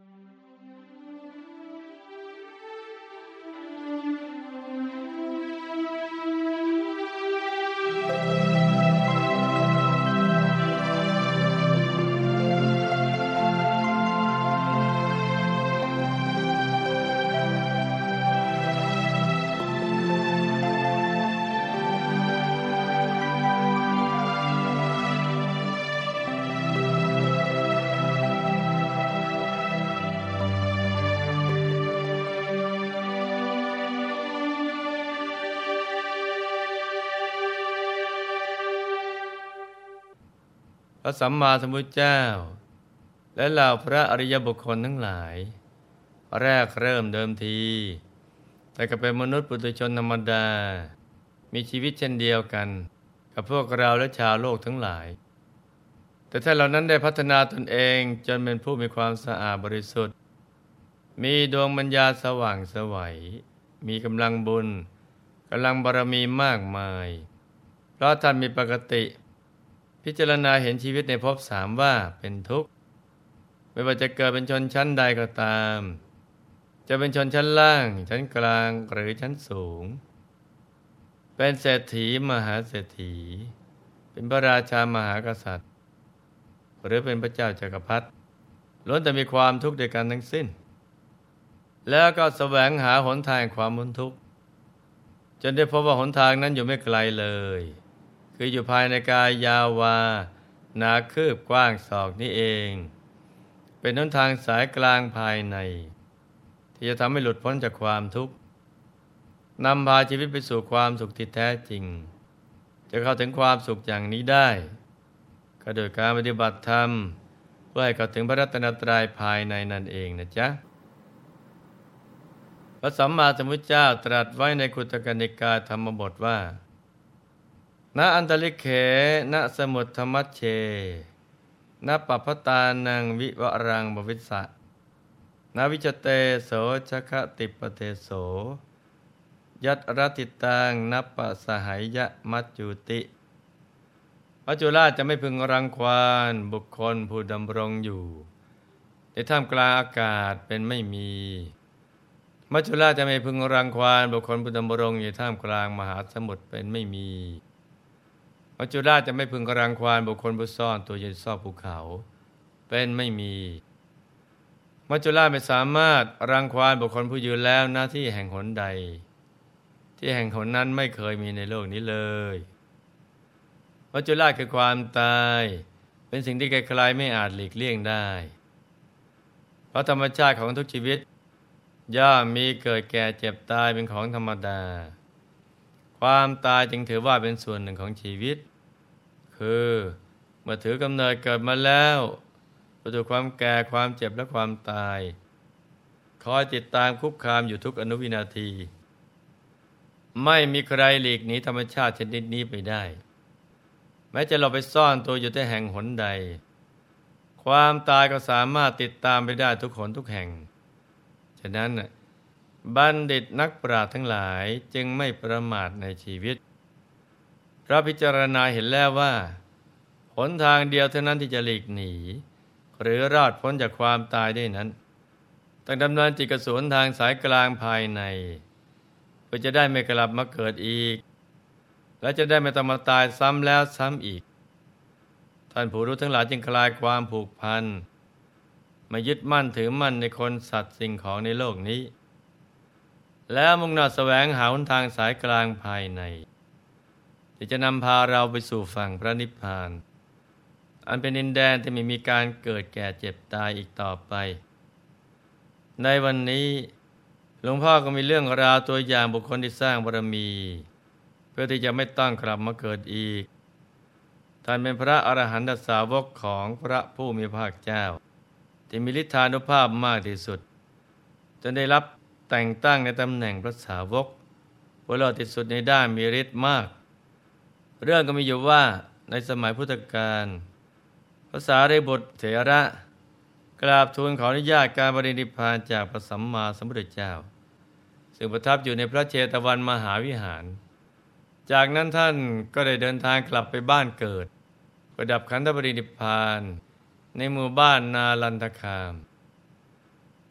พระสัมมาสัมพุทธเจ้าและเหล่าพระอริยบุคคลทั้งหลายแรกเริ่มเดิมทีแต่ก็เป็นมนุษย์ปุถุชนธรรมดามีชีวิตเช่นเดียวกันกับพวกเราและชาวโลกทั้งหลายแต่ถ้าเหล่านั้นได้พัฒนาตนเองจนเป็นผู้มีความสะอาดบริสุทธิ์มีดวงปัญญาสว่างไสวมีกำลังบุญกำลังบารมีมากมายเพราะท่านมีปกติพิจารณาเห็นชีวิตในภพสามว่าเป็นทุกข์ไม่ว่าจะเกิดเป็นชนชั้นใดก็ตามจะเป็นชนชั้นล่างชั้นกลางหรือชั้นสูงเป็นเศรษฐีมหาเศรษฐีเป็นพระราชามหากษัตริย์หรือเป็นพระเจ้าจักรพรรดิล้วนแต่มีความทุกข์ด้วยกันทั้งสิ้นแล้วก็แสวงหาหนทางความพ้นทุกข์จนได้พบว่าหนทางนั้นอยู่ไม่ไกลเลยคืออยู่ภายในกายยาววาหนาคืบกว้างศอกนี้เองเป็นหนทางสายกลางภายในที่จะทำให้หลุดพ้นจากความทุกข์นำพาชีวิตไปสู่ความสุขที่แท้จริงจะเข้าถึงความสุขอย่างนี้ได้ก็โดยการปฏิบัติธรรมเพื่อให้เข้าถึงพระรัตนตรัยภายในนั่นเองนะจ๊ะพระสัมมาสัมพุทธเจ้าตรัสไว้ในคุตกนิกายธรรมบทว่าณอันตริเขณสมุทธมัชเชณปัพพตานังวิวรังบวิสสะณวิจเตโสชคติปเทโสยัตรติตังนัปปะสหายะมัจจุติมัจจุราชจะไม่พึงรังควานบุคคลผู้ดำรงอยู่ในท่ามกลางอากาศเป็นไม่มีมัจจุราชจะไม่พึงรังควานบุคคลผู้ดำรงอยู่ท่ามกลางมหาสมุทรเป็นไม่มีมัจจุราชจะไม่พึงรังควานบุคคลผู้ซ่อนตัวอยู่ในซอกภูเขาเป็นไม่มีมัจจุราชไม่สามารถรังควานบุคคลผู้ยืนแล้วหน้าที่แห่งหนใดที่แห่งหนนั้นไม่เคยมีในโลกนี้เลยมัจจุราชคือความตายเป็นสิ่งที่ใครๆไม่อาจหลีกเลี่ยงได้เพราะธรรมชาติของทุกชีวิตย่อมมีเกิดแก่เจ็บตายเป็นของธรรมดาความตายจึงถือว่าเป็นส่วนหนึ่งของชีวิตคือเมื่อถือกำเนิดเกิดมาแล้วประสบความแก่ความเจ็บและความตายคอยติดตามคุกคามอยู่ทุกอนุวินาทีไม่มีใครหลีกหนีธรรมชาติชนิดนี้ไปได้แม้จะเราไปซ่อนตัวอยู่ที่แห่งหนใดความตายก็สามารถติดตามไปได้ทุกหนทุกแห่งฉะนั้นบัณฑิตนักปราชญ์ทั้งหลายจึงไม่ประมาทในชีวิตเพราะพิจารณาเห็นแล้วว่าหนทางเดียวเท่านั้นที่จะหลีกหนีหรือรอดพ้นจากความตายได้นั้นต้องดำเนินจิตกระสวนทางสายกลางภายในเพื่อจะได้ไม่กลับมาเกิดอีกและจะได้ไม่ต้องมาตายซ้ำแล้วซ้ำอีกท่านผู้รู้ทั้งหลายจึงคลายความผูกพันไม่ยึดมั่นถือมั่นในคนสัตว์สิ่งของในโลกนี้แล้วมุ่งหน้าแสวงหาหนทางสายกลางภายในที่จะนำพาเราไปสู่ฝั่งพระนิพพานอันเป็นดินแดนที่ไม่มีการเกิดแก่เจ็บตายอีกต่อไปในวันนี้หลวงพ่อก็มีเรื่องราวตัวอย่างบุคคลที่สร้างบารมีเพื่อที่จะไม่ต้องกลับมาเกิดอีกท่านเป็นพระอรหันตสาวกของพระผู้มีพระภาคเจ้าที่มีฤทธานุภาพมากที่สุดจนได้รับแต่งตั้งในตำแหน่งพระสาวกผู้เลิศที่สุดในด้านมีฤทธิ์มากเรื่องก็มีอยู่ว่าในสมัยพุทธกาลพระสารีบุตรเถระกราบทูลขออนุญาตการปรินิพพานจากพระสัมมาสัมพุทธเจ้าซึ่งประทับอยู่ในพระเชตวันมหาวิหารจากนั้นท่านก็ได้เดินทางกลับไปบ้านเกิดประดับขันธปรินิพพานในหมู่บ้านนาลันทคาม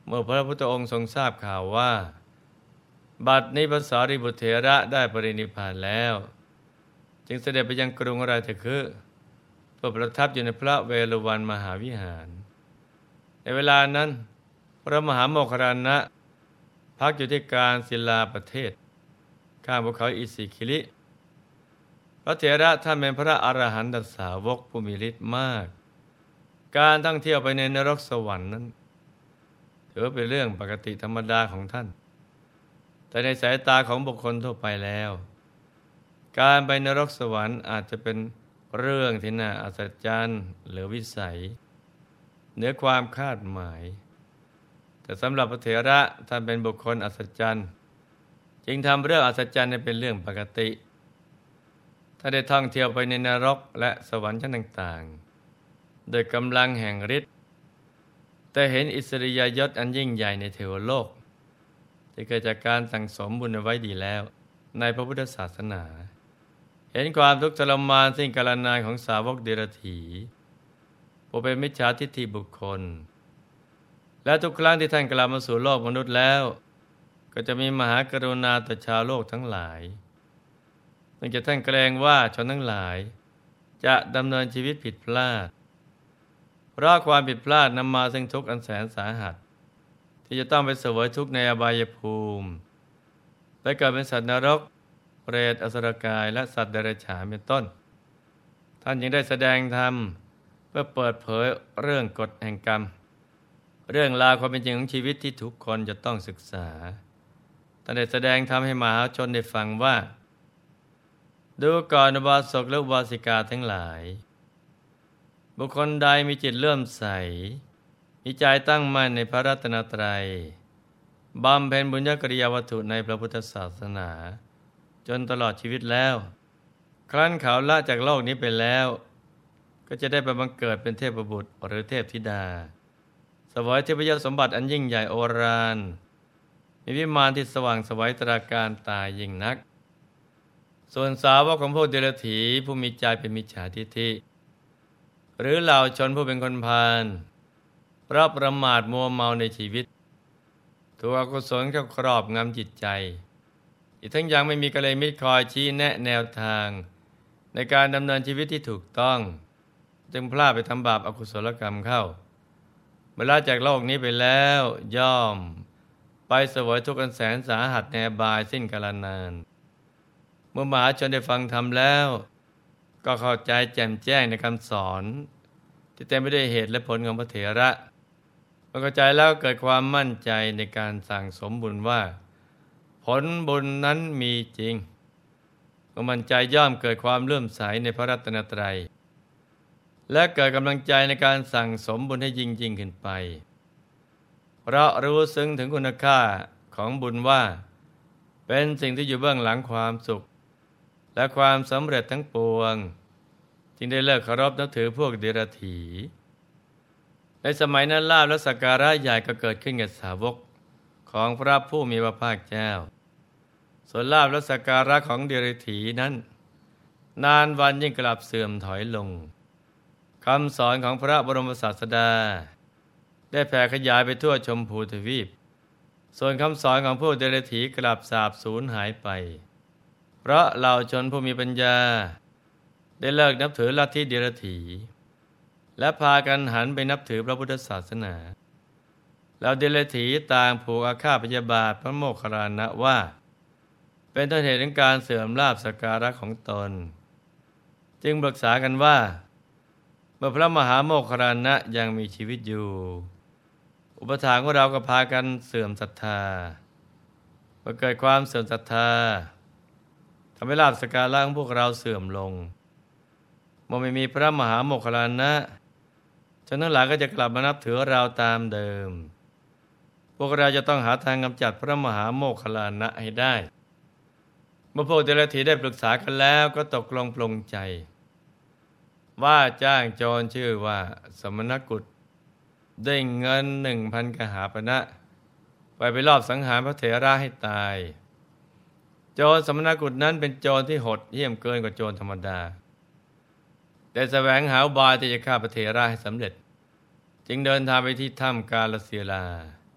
เมื่อพระพุทธองค์ทรงทราบข่าวว่าบัดนี้พระสารีบุตรเถระได้ปรินิพพานแล้วจึงเสด็จไปยังกรุงราชคฤห์เพื่อประทับอยู่ในพระเวฬุวันมหาวิหารในเวลานั้นพระมหาโมคคัลลานะพักอยู่ที่กาฬสิลาประเทศข้างภูเขาอิสิคิลิพระเถระท่านเป็นพระอรหันตสาวกผู้มีฤทธิ์มากการท่องเที่ยวไปในนรกสวรรค์นั้นถือเป็นเรื่องปกติธรรมดาของท่านแต่ในสายตาของบุคคลทั่วไปแล้วการไปนรกสวรรค์อาจจะเป็นเรื่องที่น่าอัศจรรย์หรือวิสัยเหนือความคาดหมายแต่สำหรับพระเถระท่านเป็นบุคคลอัศจรรย์จึงทำเรื่องอัศจรรย์ให้เป็นเรื่องปกติถ้าได้ท่องเที่ยวไปในนรกและสวรรค์ชั้นต่างๆโดยกำลังแห่งฤทธิ์แต่เห็นอิสริยยศอันยิ่งใหญ่ในเทวโลกที่เกิดจากการสั่งสมบุญไว้ดีแล้วในพระพุทธศาสนาเห็นความทุกข์ทรมานสิ้นกาลนานของสาวกเดรัจฉีผู้เป็นมิจฉาทิฏฐิบุคคลและทุกครั้งที่ท่านกลับมาสู่โลกมนุษย์แล้วก็จะมีมหากรุณาต่อชาวโลกทั้งหลายเนื่องจากท่านเกรงว่าชนทั้งหลายจะดำเนินชีวิตผิดพลาดเพราะความผิดพลาดนำมาซึ่งทุกข์อันแสนสาหัสที่จะต้องไปเสวยทุกข์ในอบายภูมิไปเกิดเป็นสัตว์นรกเปรตอสุรกายและสัตว์เดรัจฉานเป็นต้นท่านยังได้แสดงธรรมเพื่อเปิดเผยเรื่องกฎแห่งกรรมเรื่องราวความเป็นจริงของชีวิตที่ทุกคนจะต้องศึกษาท่านได้แสดงธรรมให้มหาชนได้ฟังว่าดูก่อนอุบาสกและอุบาสิกาทั้งหลายบุคคลใดมีจิตเลื่อมใสมีใจตั้งมั่นในพระรัตนตรัยบำเพ็ญบุญญกริยาวัตถุในพระพุทธศาสนาจนตลอดชีวิตแล้วครั้นเขาละจากโลกนี้ไปแล้วก็จะได้ไปบังเกิดเป็นเทพบุตรหรือเทพธิดาเสวยเทพยสมบัติอันยิ่งใหญ่โอฬารมีวิมานที่สว่างไสวตราการตายิ่งนักส่วนสาวกของพวกเดรัจฉีผู้มีใจเป็นมิจฉาทิฏฐิหรือเหล่าชนผู้เป็นคนพาลเพราะประมาทมัวเมาในชีวิตถูกอกุศลเข้าครอบงำจิตใจอีกทั้งยังไม่มีกัลยาณมิตรคอยชี้แนะแนวทางในการดำเนินชีวิตที่ถูกต้องจึงพลาดไปทำบาปอกุศลกรรมเข้าเมื่อลาจากโลกนี้ไปแล้วย่อมไปเสวยทุกข์อันแสนสาหัสในอบายสิ้นกาลนานเมื่อมหาชนได้ฟังธรรมแล้วก็เข้าใจแจ่มแจ้งในคำสอนที่เต็มไปด้วยเหตุและผลของพระเถระเมื่อเข้าใจแล้วเกิดความมั่นใจในการสั่งสมบุญว่าผลบุญนั้นมีจริงเมื่อมั่นใจย่อมเกิดความเลื่อมใสในพระรัตนตรัยและเกิดกำลังใจในการสั่งสมบุญให้ยิ่งขึ้นไปเพราะรู้ซึ้งถึงคุณค่าของบุญว่าเป็นสิ่งที่อยู่เบื้องหลังความสุขและความสำเร็จทั้งปวงจึงได้เลิกเคารพนับถือพวกเดรัจฉีในสมัยนั้นลาภและสักการะใหญ่ก็เกิดขึ้นกับสาวกของพระผู้มีพระภาคเจ้าส่วนลาภและสักการะของเดรัจฉีนั้นนานวันยิ่งกลับเสื่อมถอยลงคำสอนของพระบรมศาสดาได้แผ่ขยายไปทั่วชมพูทวีปส่วนคำสอนของพวกเดรัจฉีกลับสาบสูญหายไปเพราะเหล่าชนผู้มีปัญญาได้เลิกนับถือลัทธิเดรัจฉีและพากันหันไปนับถือพระพุทธศาสนาแล้วเดรัจฉีต่างผูกอาฆาตพยาบาทพระโมคคัลลานะว่าเป็นต้นเหตุของการเสื่อมลาภสักการะของตนจึงปรึกษากันว่าเมื่อพระมหาโมคคัลลานะยังมีชีวิตอยู่อุปถากของเราก็พากันเสื่อมศรัทธาเมื่อเกิดความเสื่อมศรัทธาทำให้ลาภสักการะของพวกเราเสื่อมลงเมื่อไม่มีพระมหาโมคคัลลานะชนทั้งหลายก็จะกลับมานับถือเราตามเดิมพวกเราจะต้องหาทางกำจัดพระมหาโมคคัลลานะให้ได้เมื่อพวกเดรัจฉีได้ปรึกษากันแล้วก็ตกลงปลงใจว่าจ้างโจรชื่อว่าสมณกุฎได้เงิน 1,000 กหาปณะไปลอบสังหารพระเถระให้ตายโจรสมณกุฎนั้นเป็นโจรที่โหดเหี้ยมเกินกว่าโจรธรรมดาแต่แสวงหาอุบายที่จะฆ่าพระเถระให้สำเร็จจึงเดินทางไปที่ถ้ำกาลเสียลา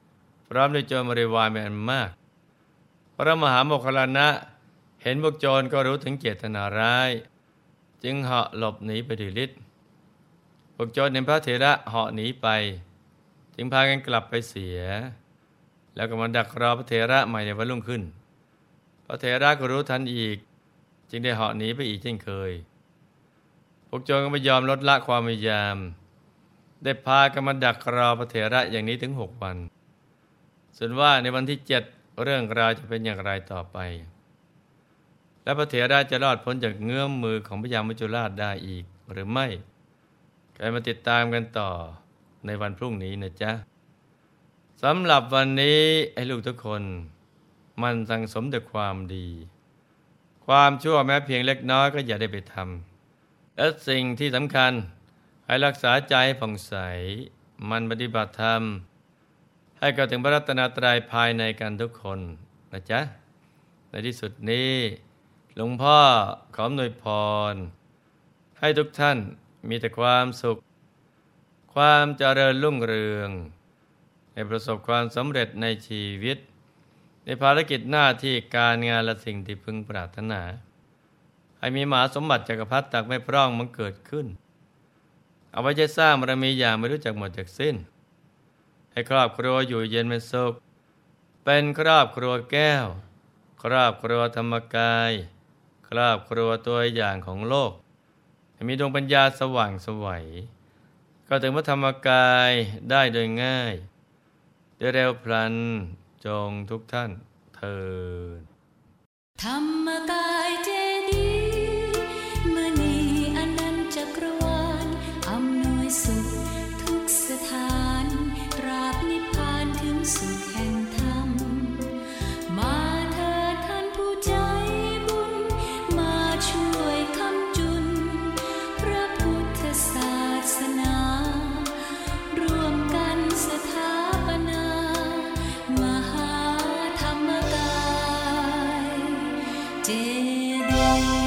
พร้อมด้วยโจรบริวารเป็นอันมากพระมหาโมคคัลลานะเห็นพวกโจรก็รู้ถึงเจตนาร้ายจึงเหาะหลบหนีไปด้วยฤทธิ์พวกโจรเห็นพระเถระเหาะหนีไปจึงพากันกลับไปเสียแล้วก็มาดักรอพระเถระใหม่ในวันรุ่งขึ้นพระเถระก็รู้ทันอีกจึงได้เหาะหนีไปอีกเช่นเคยพวกโจรก็ไม่ยอมลดละความพยายามได้พากันมาดักรอพระเถระอย่างนี้ถึง6 วันส่วนว่าในวันที่7เรื่องราวจะเป็นอย่างไรต่อไปและพระเถระจะรอดพ้นจากเงื้อมมือของพญามัจจุราชได้อีกหรือไม่ใครมาติดตามกันต่อในวันพรุ่งนี้นะจ๊ะสำหรับวันนี้ให้ลูกทุกคนมันสั่งสมแต่ความดีความชั่วแม้เพียงเล็กน้อยก็อย่าได้ไปทำและสิ่งที่สำคัญให้รักษาใจผ่องใสมันปฏิบัติธรรมให้เข้าถึงพระรัตนตรัยภายในกันทุกคนนะจ๊ะในที่สุดนี้หลวงพ่อขออำนวยพรให้ทุกท่านมีแต่ความสุขความเจริญรุ่งเรืองให้ประสบความสำเร็จในชีวิตในภารกิจหน้าที่การงานและสิ่งที่พึงปรารถนาให้มีมหาสมบัติจักรพรรดิตักไม่พร่องมันเกิดขึ้นเอาไว้จะสร้างบารมีอย่างไม่รู้จักหมดจากสิ้นให้ครอบครัวอยู่เย็นเป็นสุขเป็นครอบครัวแก้วครอบครัวธรรมกายครอบครัวตัวอย่างของโลกให้มีดวงปัญญาสว่างไสวก็ถึงพระธรรมกายได้โดยง่ายได้เร็วพลันจงทุกท่านเถิดธรรมกายเจดีย์มณีอนันตจักรวาลอำนวยสุขทุกสถานตราบนิพพานถึงสุขแห่งธรรมมาเถิดท่านผู้ใจบุญมาช่วยคำจุนพระพุทธศาสนาร่วมกันสถาปนามหาธรรมกายเจดีย์